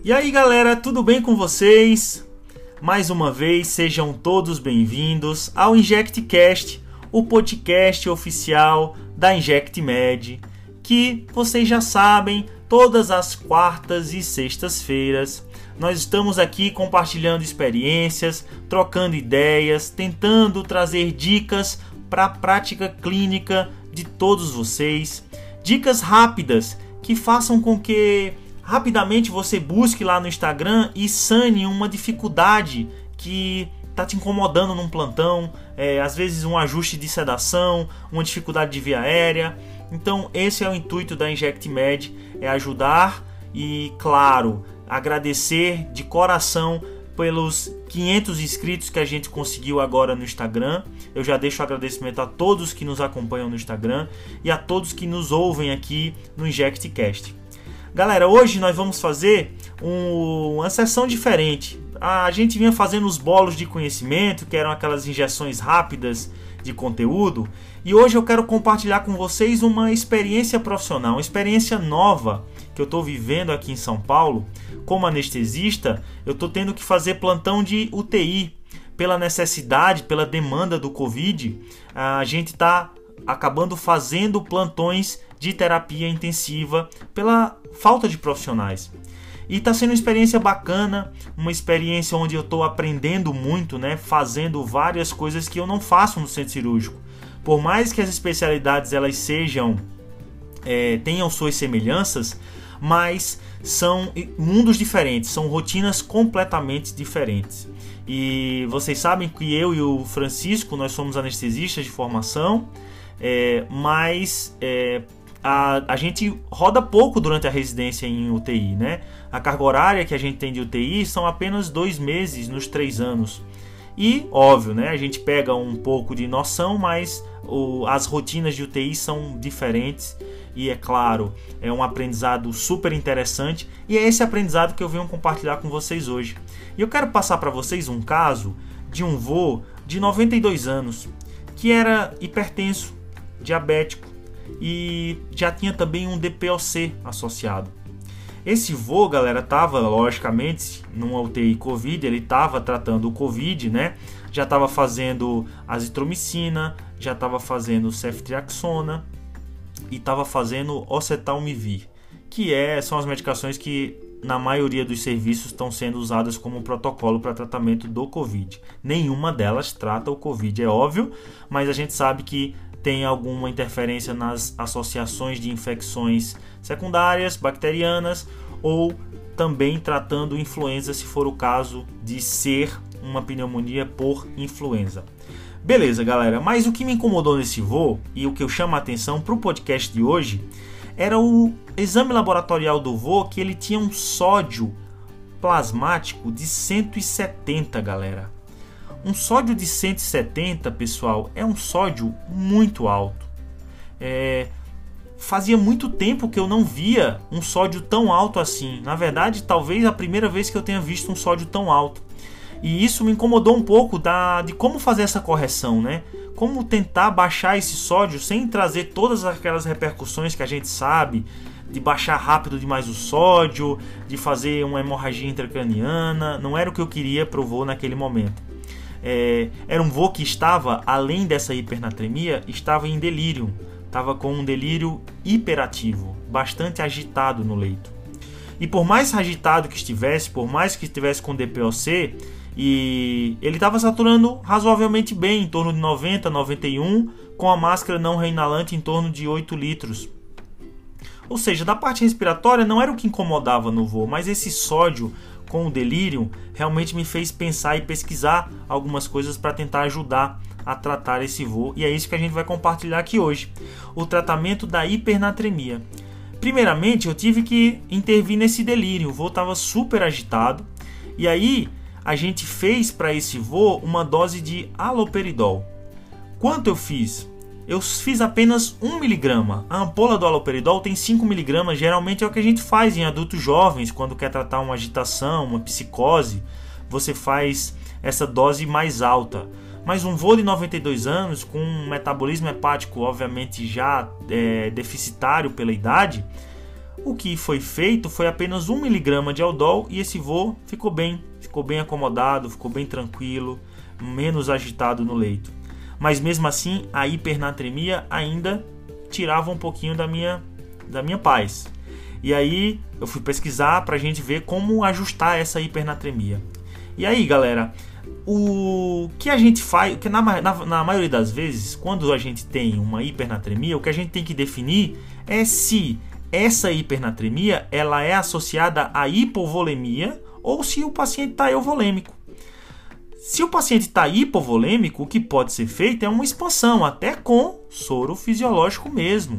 E aí galera, tudo bem com vocês? Mais uma vez, sejam todos bem-vindos ao InjectCast, o podcast oficial da InjectMed, que vocês já sabem, todas as quartas e sextas-feiras nós estamos aqui compartilhando experiências, trocando ideias, tentando trazer dicas para a prática clínica de todos vocês, dicas rápidas que façam com que rapidamente você busque lá no Instagram e sane uma dificuldade que está te incomodando num plantão, às vezes um ajuste de sedação, uma dificuldade de via aérea. Então esse é o intuito da InjectMed, é ajudar e, claro, agradecer de coração pelos 500 inscritos que a gente conseguiu agora no Instagram. Eu já deixo o agradecimento a todos que nos acompanham no Instagram e a todos que nos ouvem aqui no InjectCast. Galera, hoje nós vamos fazer uma sessão diferente. A gente vinha fazendo os bolos de conhecimento, que eram aquelas injeções rápidas de conteúdo, e hoje eu quero compartilhar com vocês uma experiência profissional, uma experiência nova que eu estou vivendo aqui em São Paulo. Como anestesista, eu estou tendo que fazer plantão de UTI. Pela necessidade, pela demanda do Covid, a gente está acabando fazendo plantões de terapia intensiva pela falta de profissionais. E está sendo uma experiência bacana, uma experiência onde eu estou aprendendo muito, fazendo várias coisas que eu não faço no centro cirúrgico. Por mais que as especialidades elas tenham suas semelhanças, mas são mundos diferentes, são rotinas completamente diferentes. E vocês sabem que eu e o Francisco, nós somos anestesistas de formação, mas a gente roda pouco durante a residência em UTI, A carga horária que a gente tem de UTI são apenas 2 meses nos 3 anos. E, óbvio, a gente pega um pouco de noção, mas as rotinas de UTI são diferentes. E, é claro, é um aprendizado super interessante. E é esse aprendizado que eu venho compartilhar com vocês hoje. E eu quero passar para vocês um caso de um vô de 92 anos, que era hipertenso, diabético, e já tinha também um DPOC associado. Esse vô, galera, estava logicamente numa UTI Covid, ele estava tratando o Covid, já estava fazendo azitromicina, já estava fazendo ceftriaxona e estava fazendo oseltamivir, que são as medicações que na maioria dos serviços estão sendo usadas como protocolo para tratamento do Covid. Nenhuma delas trata o Covid, é óbvio, mas a gente sabe que tem alguma interferência nas associações de infecções secundárias, bacterianas, ou também tratando influenza, se for o caso de ser uma pneumonia por influenza. Beleza, galera, mas o que me incomodou nesse vô, e o que eu chamo a atenção para o podcast de hoje, era o exame laboratorial do vô, que ele tinha um sódio plasmático de 170, galera. Um sódio de 170, pessoal, é um sódio muito alto. Fazia muito tempo que eu não via um sódio tão alto assim. Na verdade, talvez a primeira vez que eu tenha visto um sódio tão alto. E isso me incomodou um pouco de como fazer essa correção, Como tentar baixar esse sódio sem trazer todas aquelas repercussões que a gente sabe, de baixar rápido demais o sódio, de fazer uma hemorragia intracraniana. Não era o que eu queria para o vô naquele momento. Era um vô que estava, além dessa hipernatremia, estava em delírio. Estava com um delírio hiperativo, bastante agitado no leito. E por mais agitado que estivesse, por mais que estivesse com DPOC, e ele estava saturando razoavelmente bem, em torno de 90, 91, com a máscara não reinalante em torno de 8 litros. Ou seja, da parte respiratória não era o que incomodava no vô, mas esse sódio com o delírio realmente me fez pensar e pesquisar algumas coisas para tentar ajudar a tratar esse vô, e é isso que a gente vai compartilhar aqui hoje, o tratamento da hipernatremia. Primeiramente, eu tive que intervir nesse delírio, o vô estava super agitado, e aí a gente fez para esse vô uma dose de haloperidol. Quanto eu fiz? Eu fiz apenas 1 mg. A ampola do haloperidol tem 5 mg, geralmente é o que a gente faz em adultos jovens, quando quer tratar uma agitação, uma psicose, você faz essa dose mais alta. Mas um vô de 92 anos, com um metabolismo hepático obviamente já deficitário pela idade, O que foi feito foi apenas 1 miligrama de Aldol e esse vô ficou bem acomodado, ficou bem tranquilo, menos agitado no leito. Mas mesmo assim, a hipernatremia ainda tirava um pouquinho da minha paz. E aí eu fui pesquisar para a gente ver como ajustar essa hipernatremia. E aí, galera, o que a gente faz, que na maioria das vezes, quando a gente tem uma hipernatremia, o que a gente tem que definir é se essa hipernatremia ela é associada à hipovolemia ou se o paciente está euvolêmico. Se o paciente está hipovolêmico, o que pode ser feito é uma expansão, até com soro fisiológico mesmo,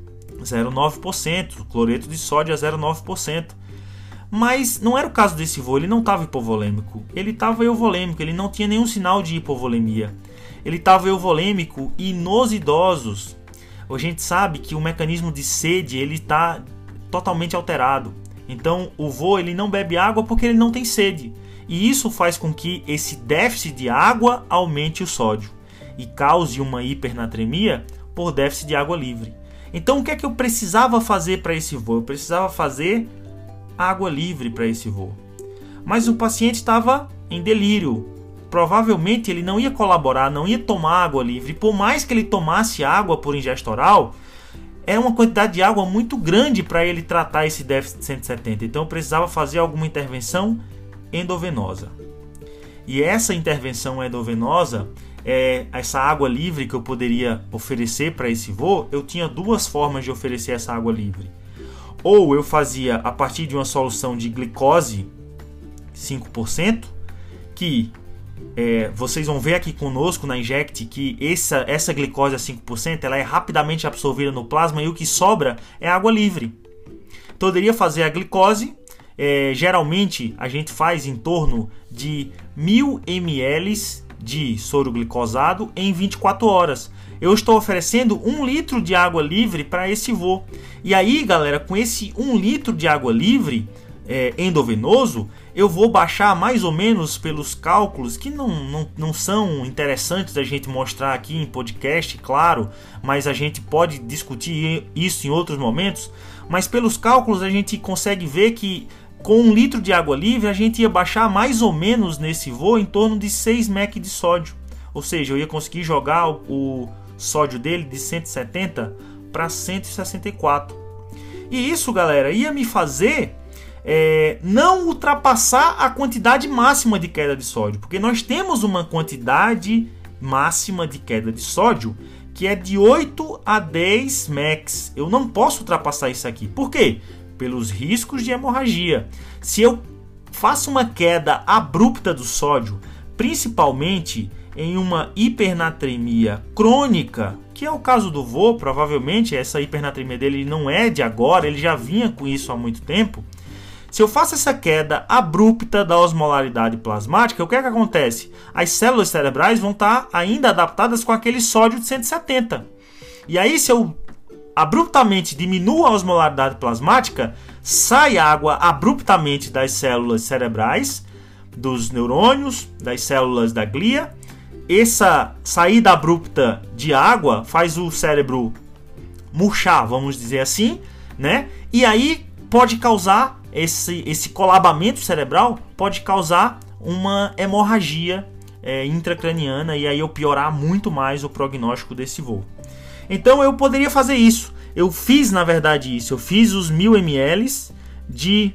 0,9%, cloreto de sódio a 0,9%. Mas não era o caso desse vô, ele não estava hipovolêmico, ele estava euvolêmico, ele não tinha nenhum sinal de hipovolemia. Ele estava euvolêmico e nos idosos, a gente sabe que o mecanismo de sede ele está totalmente alterado. Então o vô ele não bebe água porque ele não tem sede. E isso faz com que esse déficit de água aumente o sódio e cause uma hipernatremia por déficit de água livre. Então o que é que eu precisava fazer para esse vô? Eu precisava fazer água livre para esse vô. Mas o paciente estava em delírio. Provavelmente ele não ia colaborar, não ia tomar água livre. Por mais que ele tomasse água por ingesta oral, é uma quantidade de água muito grande para ele tratar esse déficit de 170. Então eu precisava fazer alguma intervenção endovenosa. E essa intervenção endovenosa, essa água livre que eu poderia oferecer para esse vô, eu tinha duas formas de oferecer essa água livre. Ou eu fazia a partir de uma solução de glicose 5%, que vocês vão ver aqui conosco na Inject que essa glicose a 5% ela é rapidamente absorvida no plasma e o que sobra é água livre. Então eu poderia fazer a glicose, geralmente a gente faz em torno de 1000 ml de soro glicosado em 24 horas. Eu estou oferecendo 1 litro de água livre para esse vô. E aí, galera, com esse 1 litro de água livre endovenoso, eu vou baixar mais ou menos pelos cálculos, que não são interessantes a gente mostrar aqui em podcast, claro, mas a gente pode discutir isso em outros momentos. Mas pelos cálculos a gente consegue ver que com 1 litro de água livre a gente ia baixar mais ou menos nesse vô em torno de 6 mEq de sódio. Ou seja, eu ia conseguir jogar o sódio dele de 170 para 164. E isso, galera, ia me fazer não ultrapassar a quantidade máxima de queda de sódio, porque nós temos uma quantidade máxima de queda de sódio que é de 8 a 10 mEq. Eu não posso ultrapassar isso aqui. Por quê? Pelos riscos de hemorragia. Se eu faço uma queda abrupta do sódio, principalmente em uma hipernatremia crônica, que é o caso do vô, provavelmente essa hipernatremia dele não é de agora, ele já vinha com isso há muito tempo. Se eu faço essa queda abrupta da osmolaridade plasmática, o que é que acontece? As células cerebrais vão estar ainda adaptadas com aquele sódio de 170. E aí, se eu abruptamente diminuo a osmolaridade plasmática, sai água abruptamente das células cerebrais, dos neurônios, das células da glia. Essa saída abrupta de água faz o cérebro murchar, vamos dizer assim, né? E aí pode causar esse colabamento cerebral, pode causar uma hemorragia intracraniana e aí eu piorar muito mais o prognóstico desse vô. Então eu poderia fazer isso. Eu fiz, na verdade, isso. Eu fiz os 1000 ml de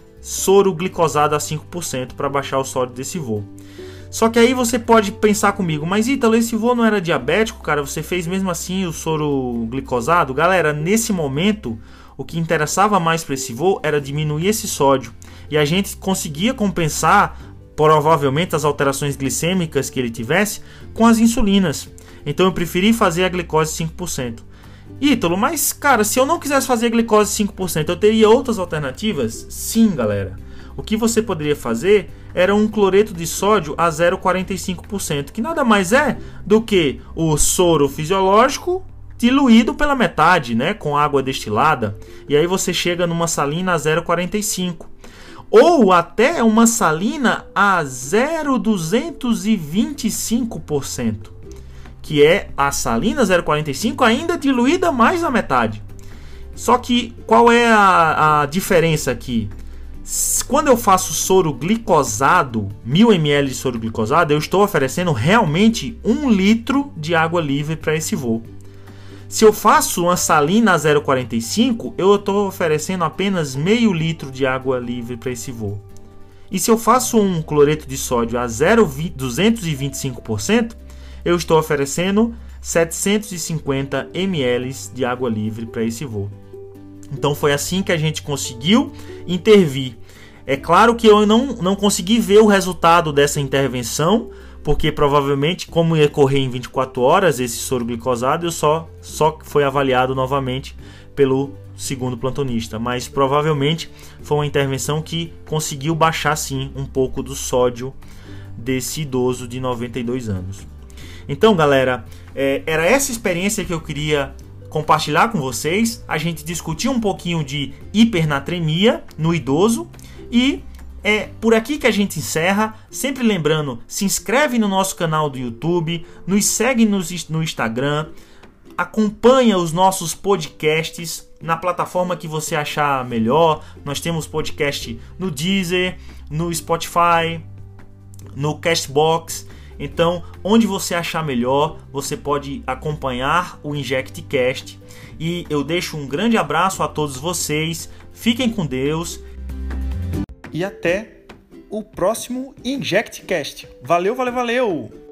soro glicosado a 5% para baixar o sódio desse vô. Só que aí você pode pensar comigo, mas Ítalo, esse vô não era diabético, cara? Você fez mesmo assim o soro glicosado? Galera, nesse momento, o que interessava mais para esse vô era diminuir esse sódio. E a gente conseguia compensar, provavelmente, as alterações glicêmicas que ele tivesse com as insulinas. Então eu preferi fazer a glicose 5%. Ítalo, mas cara, se eu não quisesse fazer a glicose 5%, eu teria outras alternativas? Sim, galera. O que você poderia fazer era um cloreto de sódio a 0,45%, que nada mais é do que o soro fisiológico diluído pela metade, né, com água destilada. E aí você chega numa salina a 0,45%. Ou até uma salina a 0,225%. Que é a salina 0,45 ainda diluída mais da metade. Só que qual é a diferença aqui? Quando eu faço soro glicosado, 1000 ml de soro glicosado, eu estou oferecendo realmente 1 litro de água livre para esse voo. Se eu faço uma salina a 0,45, eu estou oferecendo apenas meio litro de água livre para esse voo. E se eu faço um cloreto de sódio a 225%, eu estou oferecendo 750 ml de água livre para esse voo. Então foi assim que a gente conseguiu intervir. É claro que eu não consegui ver o resultado dessa intervenção, porque provavelmente, como ia correr em 24 horas esse soro glicosado, eu só foi avaliado novamente pelo segundo plantonista. Mas provavelmente foi uma intervenção que conseguiu baixar sim um pouco do sódio desse idoso de 92 anos. Então, galera, era essa experiência que eu queria compartilhar com vocês. A gente discutiu um pouquinho de hipernatremia no idoso e é por aqui que a gente encerra. Sempre lembrando, se inscreve no nosso canal do YouTube, nos segue no Instagram, acompanha os nossos podcasts na plataforma que você achar melhor. Nós temos podcast no Deezer, no Spotify, no Castbox. Então, onde você achar melhor, você pode acompanhar o InjectCast. E eu deixo um grande abraço a todos vocês. Fiquem com Deus. E até o próximo InjectCast. Valeu, valeu, valeu!